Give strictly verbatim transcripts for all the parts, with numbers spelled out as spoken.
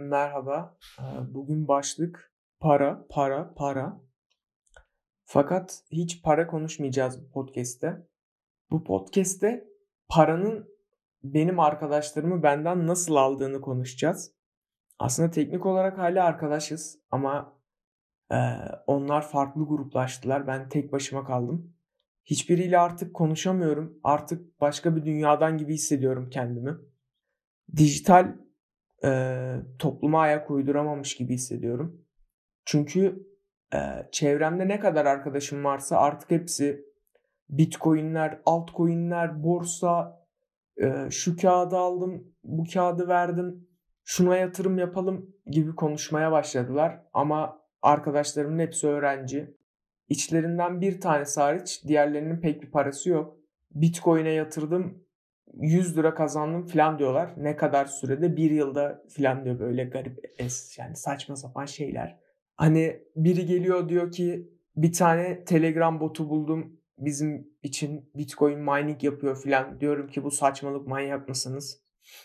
merhaba. Ee, Bugün başlık para, para, para. Fakat hiç para konuşmayacağız bu podcast'te. Bu podcast'te paranın benim arkadaşlarımı benden nasıl aldığını konuşacağız. Aslında teknik olarak hala arkadaşız ama e, onlar farklı gruplaştılar. Ben tek başıma kaldım. Hiçbiriyle artık konuşamıyorum. Artık başka bir dünyadan gibi hissediyorum kendimi. Dijital e, topluma ayak uyduramamış gibi hissediyorum. Çünkü e, çevremde ne kadar arkadaşım varsa artık hepsi Bitcoin'ler, altcoin'ler, borsa, e, şu kağıdı aldım, bu kağıdı verdim, şuna yatırım yapalım gibi konuşmaya başladılar. Ama arkadaşlarımın hepsi öğrenci. İçlerinden bir tanesi hariç diğerlerinin pek bir parası yok. Bitcoin'e yatırdım, yüz lira kazandım falan diyorlar. Ne kadar sürede? Bir yılda falan diyor, böyle garip es yani saçma sapan şeyler. Hani biri geliyor diyor ki bir tane Telegram botu buldum, bizim için Bitcoin mining yapıyor falan. Diyorum ki bu saçmalık, manyak mısınız?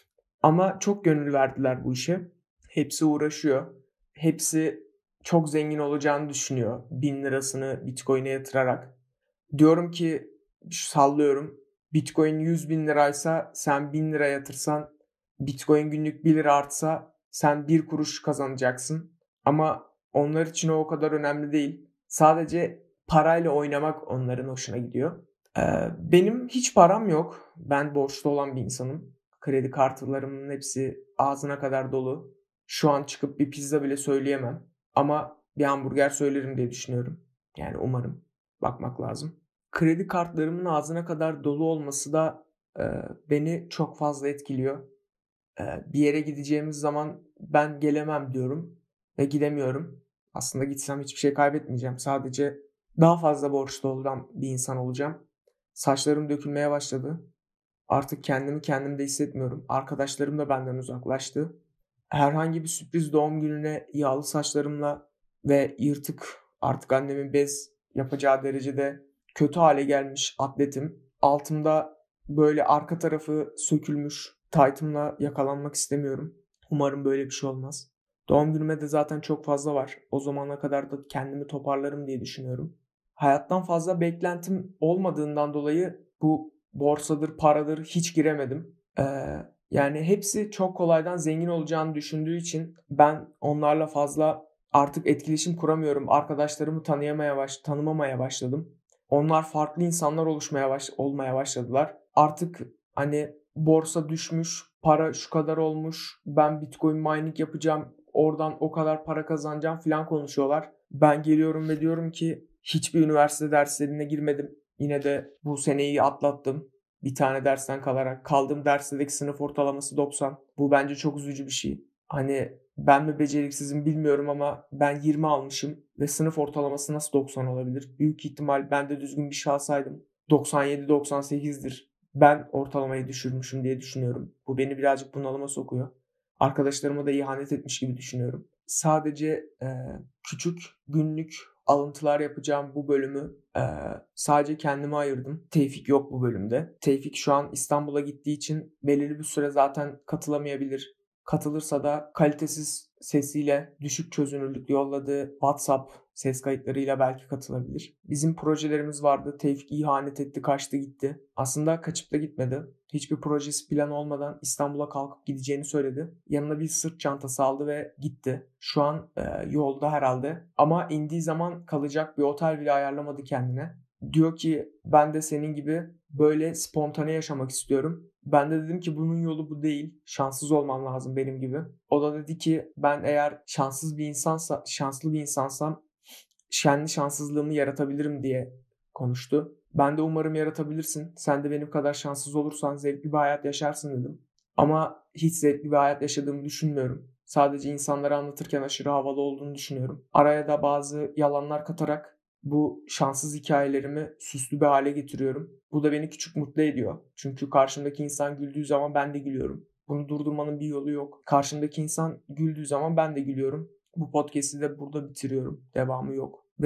Ama çok gönül verdiler bu işe. Hepsi uğraşıyor. Hepsi çok zengin olacağını düşünüyor bin lirasını Bitcoin'e yatırarak. Diyorum ki, sallıyorum, Bitcoin yüz bin liraysa sen bin lira yatırsan, Bitcoin günlük bir lira artsa sen bir kuruş kazanacaksın. Ama onlar için o o kadar önemli değil. Sadece parayla oynamak onların hoşuna gidiyor. Ee, benim hiç param yok. Ben borçlu olan bir insanım. Kredi kartlarımın hepsi ağzına kadar dolu. Şu an çıkıp bir pizza bile söyleyemem. Ama bir hamburger söylerim diye düşünüyorum. Yani umarım. Bakmak lazım. Kredi kartlarımın ağzına kadar dolu olması da e, beni çok fazla etkiliyor. E, bir yere gideceğimiz zaman ben gelemem diyorum ve gidemiyorum. Aslında gitsem hiçbir şey kaybetmeyeceğim. Sadece daha fazla borçlu olan bir insan olacağım. Saçlarım dökülmeye başladı. Artık kendimi kendimde hissetmiyorum. Arkadaşlarım da benden uzaklaştı. Herhangi bir sürpriz doğum gününe yağlı saçlarımla ve yırtık, artık annemin bez yapacağı derecede kötü hale gelmiş atletim. Altımda böyle arka tarafı sökülmüş taytımla yakalanmak istemiyorum. Umarım böyle bir şey olmaz. Doğum günüme de zaten çok fazla var. O zamana kadar da kendimi toparlarım diye düşünüyorum. Hayattan fazla beklentim olmadığından dolayı bu borsadır, paradır hiç giremedim. Ee, yani hepsi çok kolaydan zengin olacağını düşündüğü için ben onlarla fazla artık etkileşim kuramıyorum. Arkadaşlarımı tanıyamaya baş, tanımamaya başladım. Onlar farklı insanlar oluşmaya baş, olmaya başladılar. Artık hani borsa düşmüş, para şu kadar olmuş, ben Bitcoin mining yapacağım, oradan o kadar para kazanacağım falan konuşuyorlar. Ben geliyorum ve diyorum ki hiçbir üniversite derslerine girmedim. Yine de bu seneyi atlattım. Bir tane dersten kalarak. Kaldığım dersteki sınıf ortalaması doksan. Bu bence çok üzücü bir şey. Hani ben mi beceriksizim bilmiyorum ama ben yirmi almışım ve sınıf ortalaması nasıl doksan olabilir? Büyük ihtimal ben de düzgün bir şey alsaydım doksan yedi doksan sekizdir. Ben ortalamayı düşürmüşüm diye düşünüyorum. Bu beni birazcık bunalıma sokuyor. Arkadaşlarıma da ihanet etmiş gibi düşünüyorum. Sadece e, küçük günlük alıntılar yapacağım bu bölümü e, sadece kendime ayırdım. Tevfik yok bu bölümde. Tevfik şu an İstanbul'a gittiği için belirli bir süre zaten katılamayabilir. Katılırsa da kalitesiz sesiyle düşük çözünürlük yolladığı WhatsApp ses kayıtlarıyla belki katılabilir. Bizim projelerimiz vardı. Tevfik ihanet etti, kaçtı gitti. Aslında kaçıp da gitmedi. Hiçbir projesi plan olmadan İstanbul'a kalkıp gideceğini söyledi. Yanına bir sırt çantası aldı ve gitti. Şu an e, yolda herhalde. Ama indiği zaman kalacak bir otel bile ayarlamadı kendine. Diyor ki ben de senin gibi böyle spontane yaşamak istiyorum. Ben de dedim ki bunun yolu bu değil. Şanssız olman lazım benim gibi. O da dedi ki ben eğer şanssız bir insansa, şanslı bir insansam kendi şanssızlığımı yaratabilirim diye konuştu. Ben de umarım yaratabilirsin. Sen de benim kadar şanssız olursan zevkli bir hayat yaşarsın dedim. Ama hiç zevkli bir hayat yaşadığımı düşünmüyorum. Sadece insanlara anlatırken aşırı havalı olduğunu düşünüyorum. Araya da bazı yalanlar katarak bu şanssız hikayelerimi süslü bir hale getiriyorum. Bu da beni küçük mutlu ediyor. Çünkü karşımdaki insan güldüğü zaman ben de gülüyorum. Bunu durdurmanın bir yolu yok. Karşımdaki insan güldüğü zaman ben de gülüyorum. Bu podcast'i de burada bitiriyorum. Devamı yok. Ve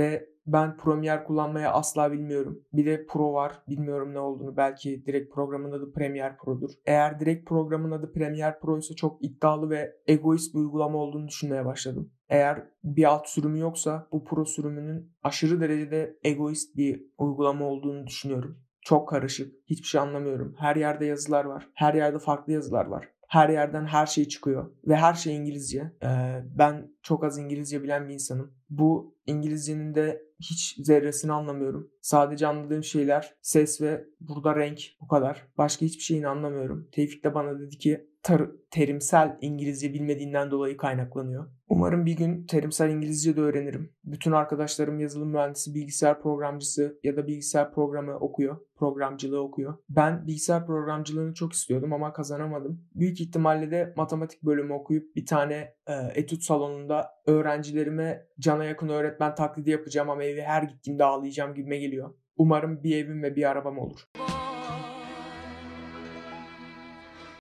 Ben Premiere kullanmayı asla bilmiyorum. Bir de Pro var. Bilmiyorum ne olduğunu. Belki direkt programın adı Premiere Pro'dur. Eğer direkt programın adı Premiere Pro ise çok iddialı ve egoist bir uygulama olduğunu düşünmeye başladım. Eğer bir alt sürümü yoksa bu Pro sürümünün aşırı derecede egoist bir uygulama olduğunu düşünüyorum. Çok karışık. Hiçbir şey anlamıyorum. Her yerde yazılar var. Her yerde farklı yazılar var. Her yerden her şey çıkıyor. Ve her şey İngilizce. Ee, ben çok az İngilizce bilen bir insanım. Bu İngilizcenin de hiç zerresini anlamıyorum. Sadece anladığım şeyler ses ve burada renk, bu kadar. Başka hiçbir şeyini anlamıyorum. Tevfik de bana dedi ki tar- terimsel İngilizce bilmediğinden dolayı kaynaklanıyor. Umarım bir gün terimsel İngilizce de öğrenirim. Bütün arkadaşlarım yazılım mühendisi, bilgisayar programcısı ya da bilgisayar programı okuyor. Programcılığı okuyor. Ben bilgisayar programcılığını çok istiyordum ama kazanamadım. Büyük ihtimalle de matematik bölümü okuyup bir tane e, etüt salonunda öğrencilerime cana yakın öğretmen taklidi yapacağım ama eve her gittiğimde ağlayacağım gibime geliyor. Umarım bir evim ve bir arabam olur.